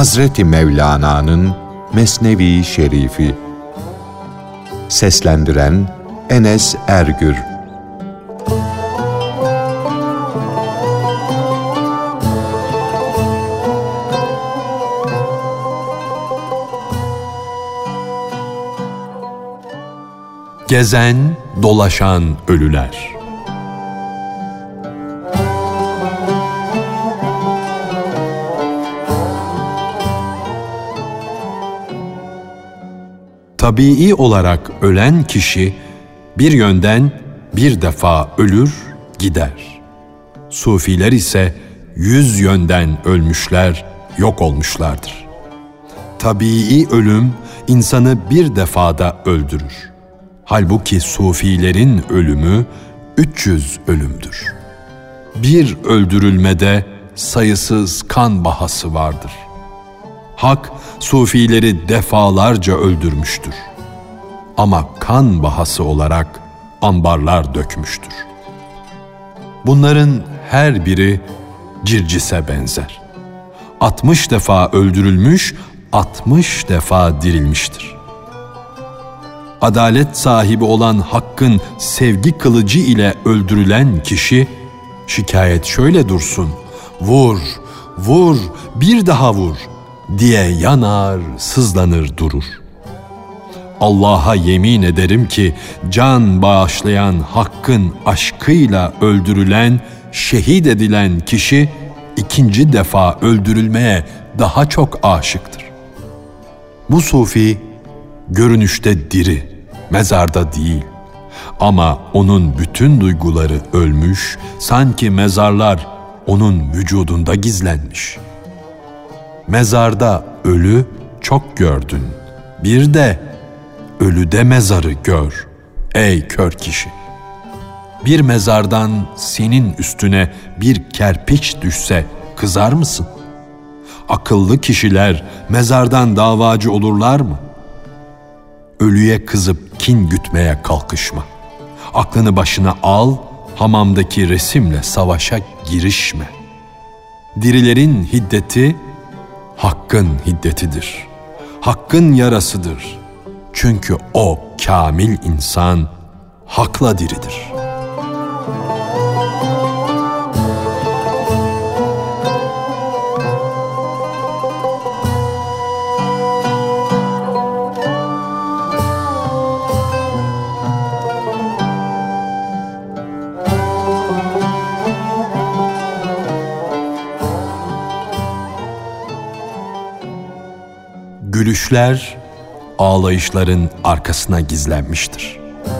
Hazreti Mevlana'nın Mesnevi Şerifi. Seslendiren Enes Ergür. Gezen, dolaşan ölüler. Tabii olarak ölen kişi bir yönden bir defa ölür gider. Sufiler ise 100 yönden ölmüşler, yok olmuşlardır. Tabii ölüm insanı bir defada öldürür. Halbuki sufilerin ölümü 300 ölümdür. Bir öldürülmede sayısız kan bahası vardır. Hak sufileri defalarca öldürmüştür. Ama kan bahası olarak ambarlar dökmüştür. Bunların her biri Circis'e benzer. 60 defa öldürülmüş, 60 defa dirilmiştir. Adalet sahibi olan Hakk'ın sevgi kılıcı ile öldürülen kişi, şikayet şöyle dursun: vur, vur, bir daha vur diye yanar, sızlanır durur. Allah'a yemin ederim ki can bağışlayan Hakk'ın aşkıyla öldürülen, şehit edilen kişi ikinci defa öldürülmeye daha çok aşıktır. Bu sufi görünüşte diri, mezarda değil. Ama onun bütün duyguları ölmüş, sanki mezarlar onun vücudunda gizlenmiş. Mezarda ölü çok gördün, bir de ölüde mezarı gör, ey kör kişi. Bir mezardan senin üstüne bir kerpiç düşse kızar mısın? Akıllı kişiler mezardan davacı olurlar mı? Ölüye kızıp kin gütmeye kalkışma. Aklını başına al, hamamdaki resimle savaşa girişme. Dirilerin hiddeti Hakk'ın hiddetidir. Hakk'ın yarasıdır. Çünkü o kamil insan Hak'la diridir. Gülüşler, ağlayışların arkasına gizlenmiştir.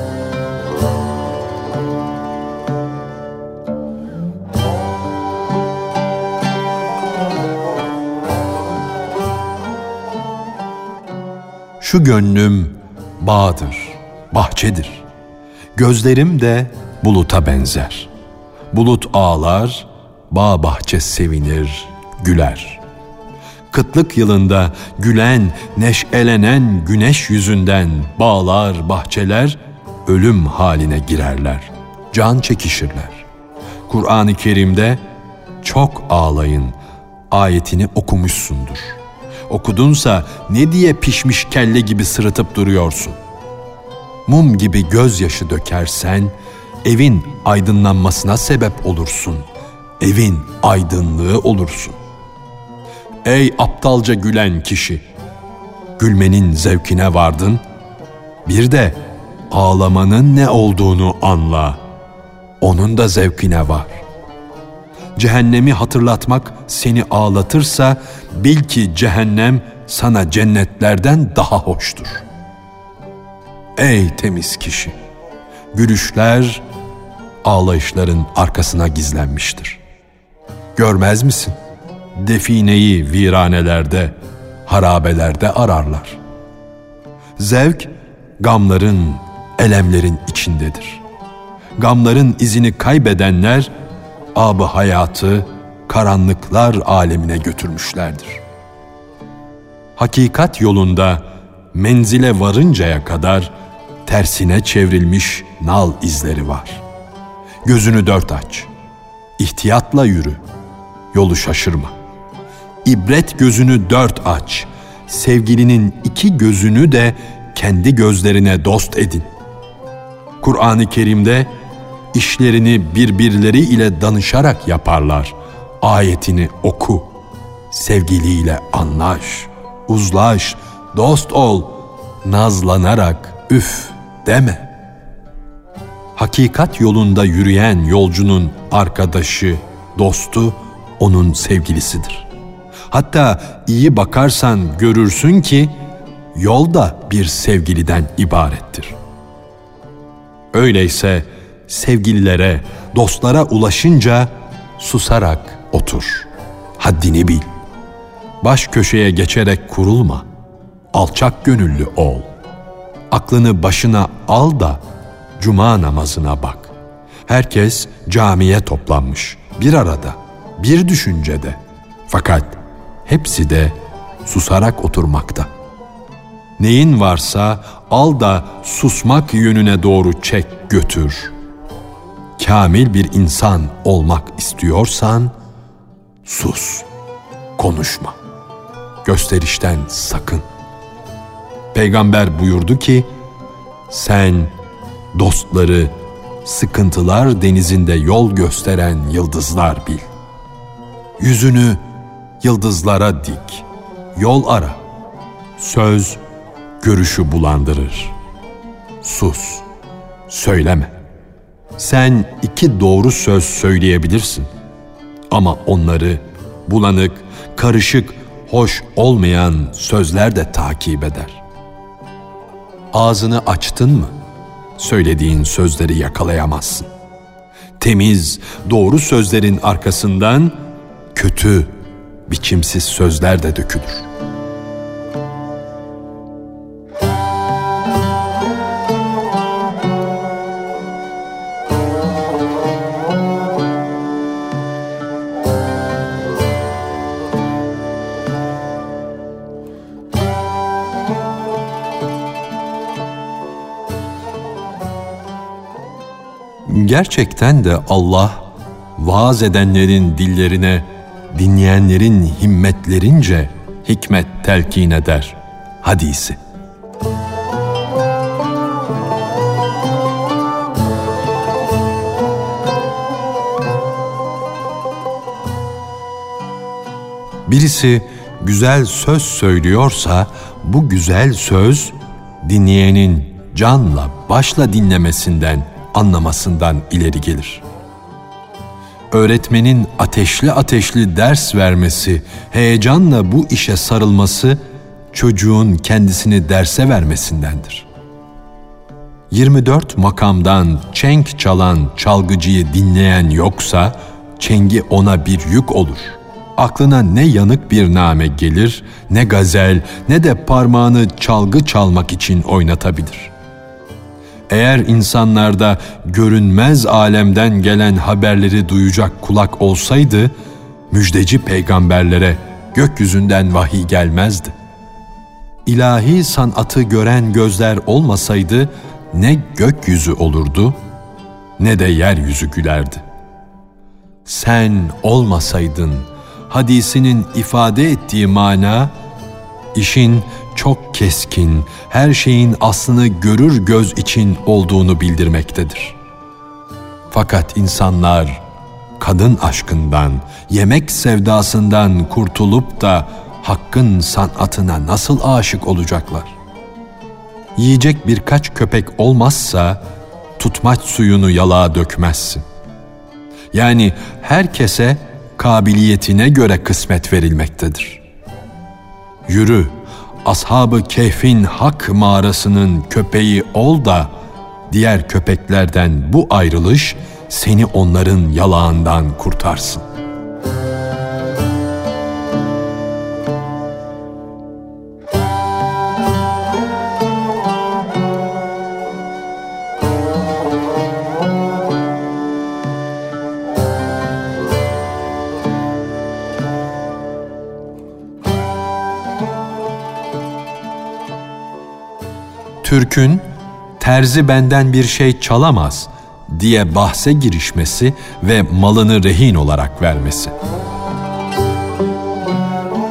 Şu gönlüm bağdır, bahçedir. Gözlerim de buluta benzer. Bulut ağlar, bağ bahçe sevinir, güler. Kıtlık yılında gülen, neşelenen güneş yüzünden bağlar, bahçeler ölüm haline girerler, can çekişirler. Kur'an-ı Kerim'de çok ağlayın ayetini okumuşsundur. Okudunsa ne diye pişmiş kelle gibi sırıtıp duruyorsun? Mum gibi gözyaşı dökersen evin aydınlanmasına sebep olursun. Evin aydınlığı olursun. Ey aptalca gülen kişi! Gülmenin zevkine vardın, bir de ağlamanın ne olduğunu anla. Onun da zevkine var. Cehennemi hatırlatmak seni ağlatırsa, bil ki cehennem sana cennetlerden daha hoştur. Ey temiz kişi! Gülüşler, ağlayışların arkasına gizlenmiştir. Görmez misin? Defineyi viranelerde, harabelerde ararlar. Zevk, gamların, elemlerin içindedir. Gamların izini kaybedenler, ab-ı hayatı karanlıklar alemine götürmüşlerdir. Hakikat yolunda menzile varıncaya kadar tersine çevrilmiş nal izleri var. Gözünü dört aç, ihtiyatla yürü, yolu şaşırma. İbret gözünü dört aç. Sevgilinin iki gözünü de kendi gözlerine dost edin. Kur'an-ı Kerim'de işlerini birbirleri ile danışarak yaparlar ayetini oku. Sevgiliyle anlaş, uzlaş, dost ol, nazlanarak üf deme. Hakikat yolunda yürüyen yolcunun arkadaşı, dostu onun sevgilisidir. Hatta iyi bakarsan görürsün ki yol da bir sevgiliden ibarettir. Öyleyse sevgililere, dostlara ulaşınca susarak otur. Haddini bil. Baş köşeye geçerek kurulma. Alçak gönüllü ol. Aklını başına al da cuma namazına bak. Herkes camiye toplanmış, bir arada, bir düşüncede. Fakat hepsi de susarak oturmakta. Neyin varsa al da susmak yönüne doğru çek götür. Kamil bir insan olmak istiyorsan sus, konuşma. Gösterişten sakın. Peygamber buyurdu ki, sen dostları sıkıntılar denizinde yol gösteren yıldızlar bil. Yüzünü yıldızlara dik, yol ara. Söz görüşü bulandırır. Sus, söyleme. Sen iki doğru söz söyleyebilirsin. Ama onları bulanık, karışık, hoş olmayan sözler de takip eder. Ağzını açtın mı, söylediğin sözleri yakalayamazsın. Temiz, doğru sözlerin arkasından kötü, biçimsiz sözler de dökülür. Gerçekten de Allah, vaaz edenlerin dillerine, dinleyenlerin himmetlerince hikmet telkin eder hadisi. Birisi güzel söz söylüyorsa, bu güzel söz dinleyenin canla başla dinlemesinden, anlamasından ileri gelir. Öğretmenin ateşli ateşli ders vermesi, heyecanla bu işe sarılması, çocuğun kendisini derse vermesindendir. 24 makamdan çenk çalan çalgıcıyı dinleyen yoksa, çengi ona bir yük olur. Aklına ne yanık bir name gelir, ne gazel, ne de parmağını çalgı çalmak için oynatabilir. Eğer insanlarda görünmez alemden gelen haberleri duyacak kulak olsaydı, müjdeci peygamberlere gökyüzünden vahiy gelmezdi. İlahi sanatı gören gözler olmasaydı, ne gökyüzü olurdu, ne de yeryüzü gülerdi. Sen olmasaydın, hadisinin ifade ettiği mana, işin çok keskin, her şeyin aslını görür göz için olduğunu bildirmektedir. Fakat insanlar kadın aşkından, yemek sevdasından kurtulup da hakkın sanatına nasıl aşık olacaklar? Yiyecek birkaç köpek olmazsa tutmaç suyunu yalağa dökmezsin. Yani herkese kabiliyetine göre kısmet verilmektedir. Yürü, Ashab-ı Kehf'in hak mağarasının köpeği ol da, diğer köpeklerden bu ayrılış seni onların yalağından kurtarsın. Türk'ün terzi benden bir şey çalamaz diye bahse girişmesi ve malını rehin olarak vermesi.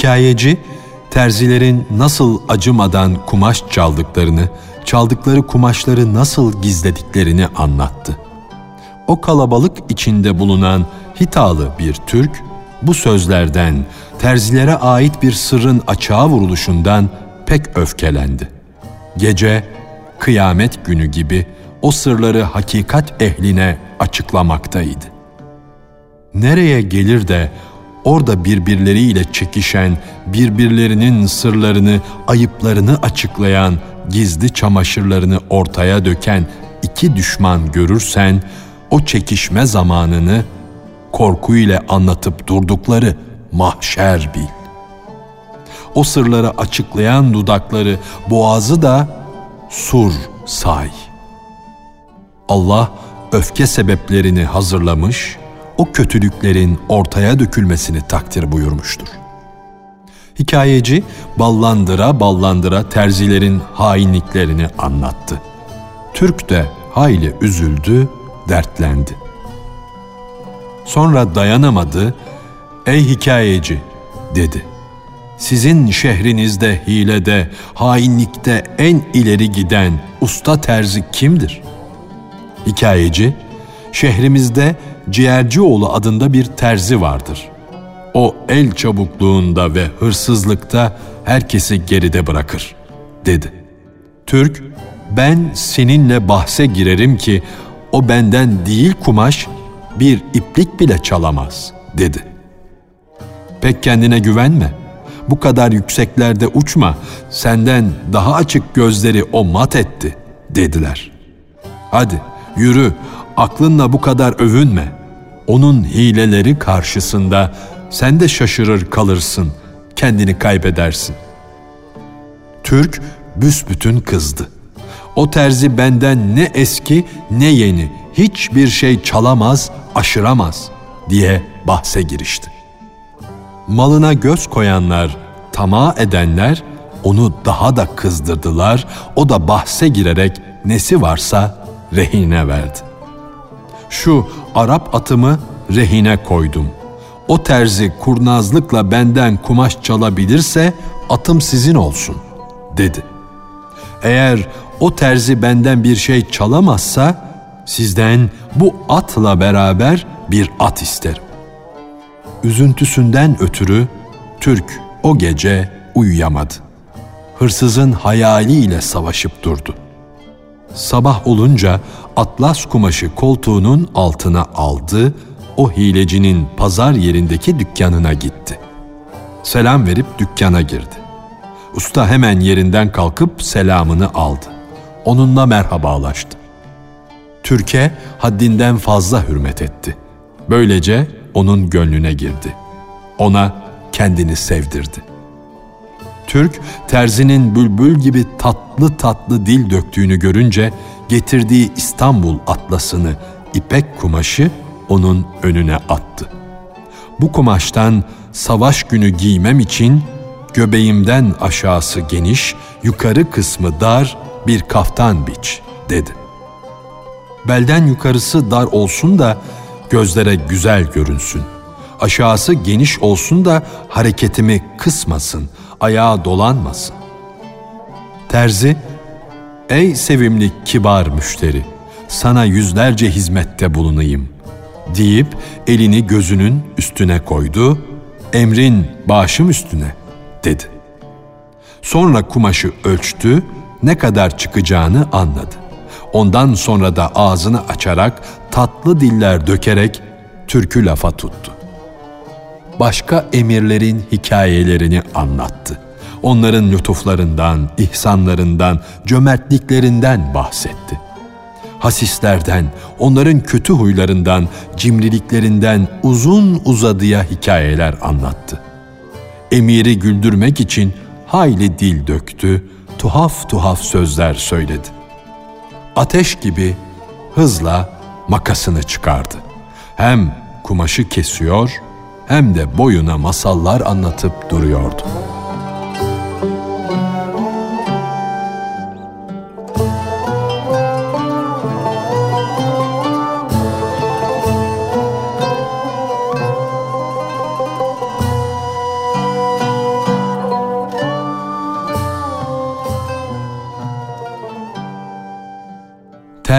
Hikayeci, terzilerin nasıl acımadan kumaş çaldıklarını, çaldıkları kumaşları nasıl gizlediklerini anlattı. O kalabalık içinde bulunan Hitalı bir Türk, bu sözlerden, terzilere ait bir sırrın açığa vuruluşundan pek öfkelendi. Gece, kıyamet günü gibi o sırları hakikat ehline açıklamaktaydı. Nereye gelir de orada birbirleriyle çekişen, birbirlerinin sırlarını, ayıplarını açıklayan, gizli çamaşırlarını ortaya döken iki düşman görürsen, o çekişme zamanını korkuyla anlatıp durdukları mahşer bil. O sırları açıklayan dudakları, boğazı da sur say. Allah öfke sebeplerini hazırlamış, o kötülüklerin ortaya dökülmesini takdir buyurmuştur. Hikayeci ballandıra ballandıra terzilerin hainliklerini anlattı. Türk de hayli üzüldü, dertlendi. Sonra dayanamadı, "Ey hikayeci," dedi. "Sizin şehrinizde hilede, hainlikte en ileri giden usta terzi kimdir?" Hikayeci, "Şehrimizde Ciğercioğlu adında bir terzi vardır. O el çabukluğunda ve hırsızlıkta herkesi geride bırakır," dedi. Türk, "Ben seninle bahse girerim ki o benden değil kumaş, bir iplik bile çalamaz," dedi. "Pek kendine güvenme, bu kadar yükseklerde uçma, senden daha açık gözleri o mat etti," dediler. "Hadi yürü, aklınla bu kadar övünme. Onun hileleri karşısında sen de şaşırır kalırsın, kendini kaybedersin." Türk büsbütün kızdı. "O terzi benden ne eski ne yeni, hiçbir şey çalamaz, aşıramaz," diye bahse girişti. Malına göz koyanlar, tamah edenler onu daha da kızdırdılar, o da bahse girerek nesi varsa rehine verdi. "Şu Arap atımı rehine koydum. O terzi kurnazlıkla benden kumaş çalabilirse atım sizin olsun," dedi. "Eğer o terzi benden bir şey çalamazsa sizden bu atla beraber bir at isterim." Üzüntüsünden ötürü Türk o gece uyuyamadı. Hırsızın hayaliyle savaşıp durdu. Sabah olunca atlas kumaşı koltuğunun altına aldı, o hilecinin pazar yerindeki dükkanına gitti. Selam verip dükkana girdi. Usta hemen yerinden kalkıp selamını aldı. Onunla merhabalaştı. Türk'e haddinden fazla hürmet etti. Böylece onun gönlüne girdi. Ona kendini sevdirdi. Türk, terzinin bülbül gibi tatlı tatlı dil döktüğünü görünce getirdiği İstanbul atlasını, ipek kumaşı onun önüne attı. "Bu kumaştan savaş günü giymem için göbeğimden aşağısı geniş, yukarı kısmı dar bir kaftan biç," dedi. "Belden yukarısı dar olsun da gözlere güzel görünsün. Aşağısı geniş olsun da hareketimi kısmasın, ayağa dolanmasın." Terzi, "Ey sevimli kibar müşteri, sana yüzlerce hizmette bulunayım," deyip elini gözünün üstüne koydu, "Emrin başım üstüne," dedi. Sonra kumaşı ölçtü, ne kadar çıkacağını anladı. Ondan sonra da ağzını açarak, tatlı diller dökerek Türk'ü lafa tuttu. Başka emirlerin hikayelerini anlattı. Onların lütuflarından, ihsanlarından, cömertliklerinden bahsetti. Hasislerden, onların kötü huylarından, cimriliklerinden uzun uzadıya hikayeler anlattı. Emiri güldürmek için hayli dil döktü, tuhaf tuhaf sözler söyledi. Ateş gibi hızla makasını çıkardı. Hem kumaşı kesiyor, hem de boyuna masallar anlatıp duruyordu.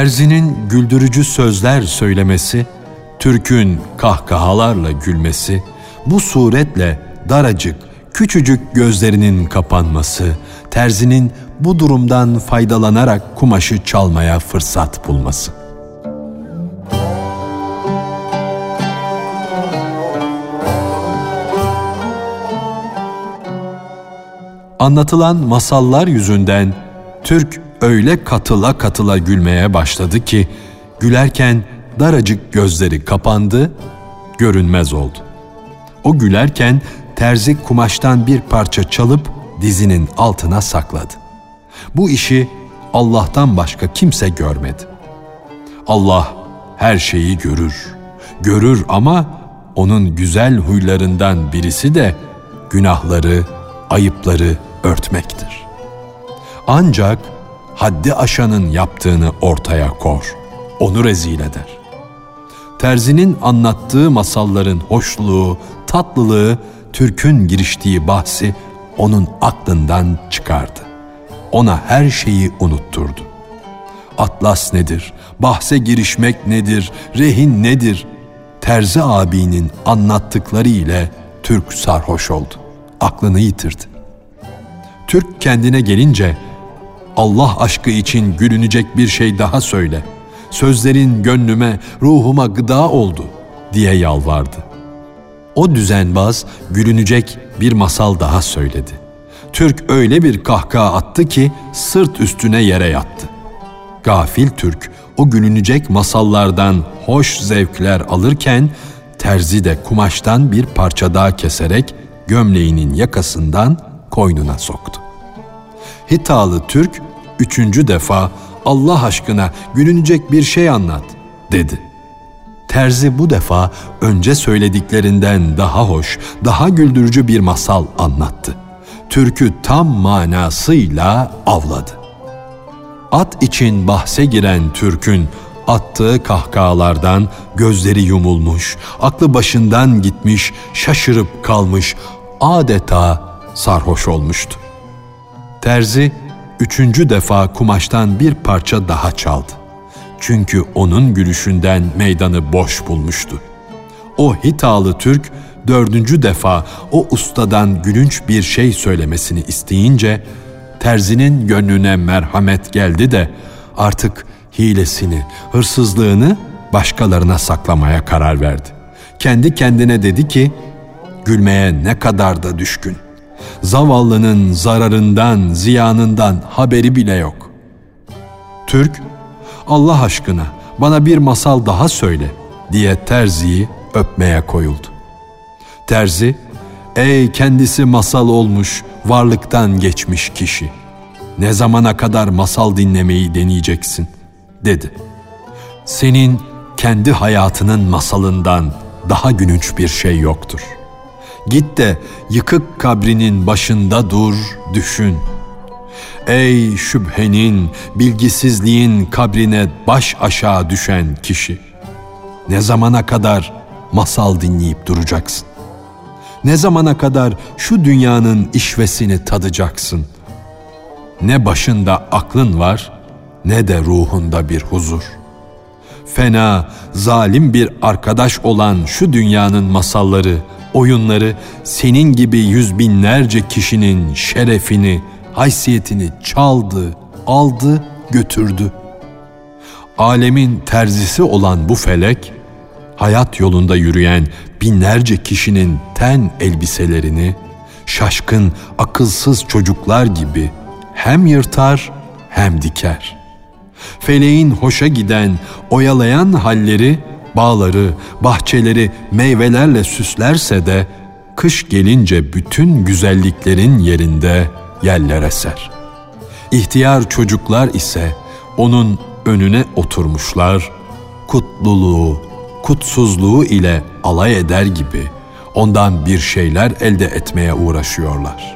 Terzinin güldürücü sözler söylemesi, Türk'ün kahkahalarla gülmesi, bu suretle daracık, küçücük gözlerinin kapanması, terzinin bu durumdan faydalanarak kumaşı çalmaya fırsat bulması. Anlatılan masallar yüzünden Türk öyle katıla katıla gülmeye başladı ki, gülerken daracık gözleri kapandı, görünmez oldu. O gülerken terzi kumaştan bir parça çalıp dizinin altına sakladı. Bu işi Allah'tan başka kimse görmedi. Allah her şeyi görür. Görür ama onun güzel huylarından birisi de günahları, ayıpları örtmektir. Ancak haddi aşanın yaptığını ortaya kor, onu rezil eder. Terzinin anlattığı masalların hoşluğu, tatlılığı, Türk'ün giriştiği bahsi onun aklından çıkardı. Ona her şeyi unutturdu. Atlas nedir, bahse girişmek nedir, rehin nedir? Terzi abinin anlattıkları ile Türk sarhoş oldu, aklını yitirdi. Türk kendine gelince, Allah aşkı için gülünecek bir şey daha söyle. Sözlerin gönlüme, ruhuma gıda oldu diye yalvardı. O düzenbaz gülünecek bir masal daha söyledi. Türk öyle bir kahkaha attı ki sırt üstüne yere yattı. Gafil Türk o gülünecek masallardan hoş zevkler alırken terzi de kumaştan bir parça daha keserek gömleğinin yakasından koynuna soktu. Hitalı Türk 3. defa Allah aşkına gülünecek bir şey anlat dedi. Terzi bu defa önce söylediklerinden daha hoş, daha güldürücü bir masal anlattı. Türk'ü tam manasıyla avladı. At için bahse giren Türk'ün attığı kahkahalardan gözleri yumulmuş, aklı başından gitmiş, şaşırıp kalmış, adeta sarhoş olmuştu. Terzi 3. defa kumaştan bir parça daha çaldı. Çünkü onun gülüşünden meydanı boş bulmuştu. O Hitalı Türk 4. defa o ustadan gülünç bir şey söylemesini isteyince terzinin gönlüne merhamet geldi de artık hilesini, hırsızlığını başkalarına saklamaya karar verdi. Kendi kendine dedi ki, gülmeye ne kadar da düşkün. Zavallının zararından, ziyanından haberi bile yok. Türk, Allah aşkına bana bir masal daha söyle diye terziyi öpmeye koyuldu. Terzi, ey kendisi masal olmuş, varlıktan geçmiş kişi, ne zamana kadar masal dinlemeyi deneyeceksin dedi. Senin kendi hayatının masalından daha gülünç bir şey yoktur. Git de yıkık kabrinin başında dur, düşün. Ey şüphenin, bilgisizliğin kabrine baş aşağı düşen kişi, ne zamana kadar masal dinleyip duracaksın? Ne zamana kadar şu dünyanın işvesini tadacaksın? Ne başında aklın var, ne de ruhunda bir huzur. Fena, zalim bir arkadaş olan şu dünyanın masalları, oyunları senin gibi yüz binlerce kişinin şerefini, haysiyetini çaldı, aldı, götürdü. Alemin terzisi olan bu felek, hayat yolunda yürüyen binlerce kişinin ten elbiselerini şaşkın, akılsız çocuklar gibi hem yırtar hem diker. Feleğin hoşa giden, oyalayan halleri, bağları, bahçeleri meyvelerle süslerse de kış gelince bütün güzelliklerin yerinde yeller eser. İhtiyar çocuklar ise onun önüne oturmuşlar, kutluluğu, kutsuzluğu ile alay eder gibi ondan bir şeyler elde etmeye uğraşıyorlar.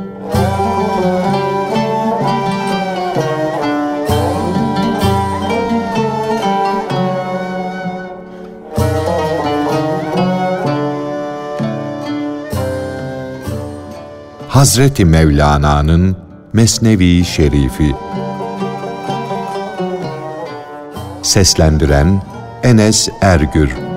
Hazreti Mevlana'nın Mesnevi Şerifi. Seslendiren Enes Ergür.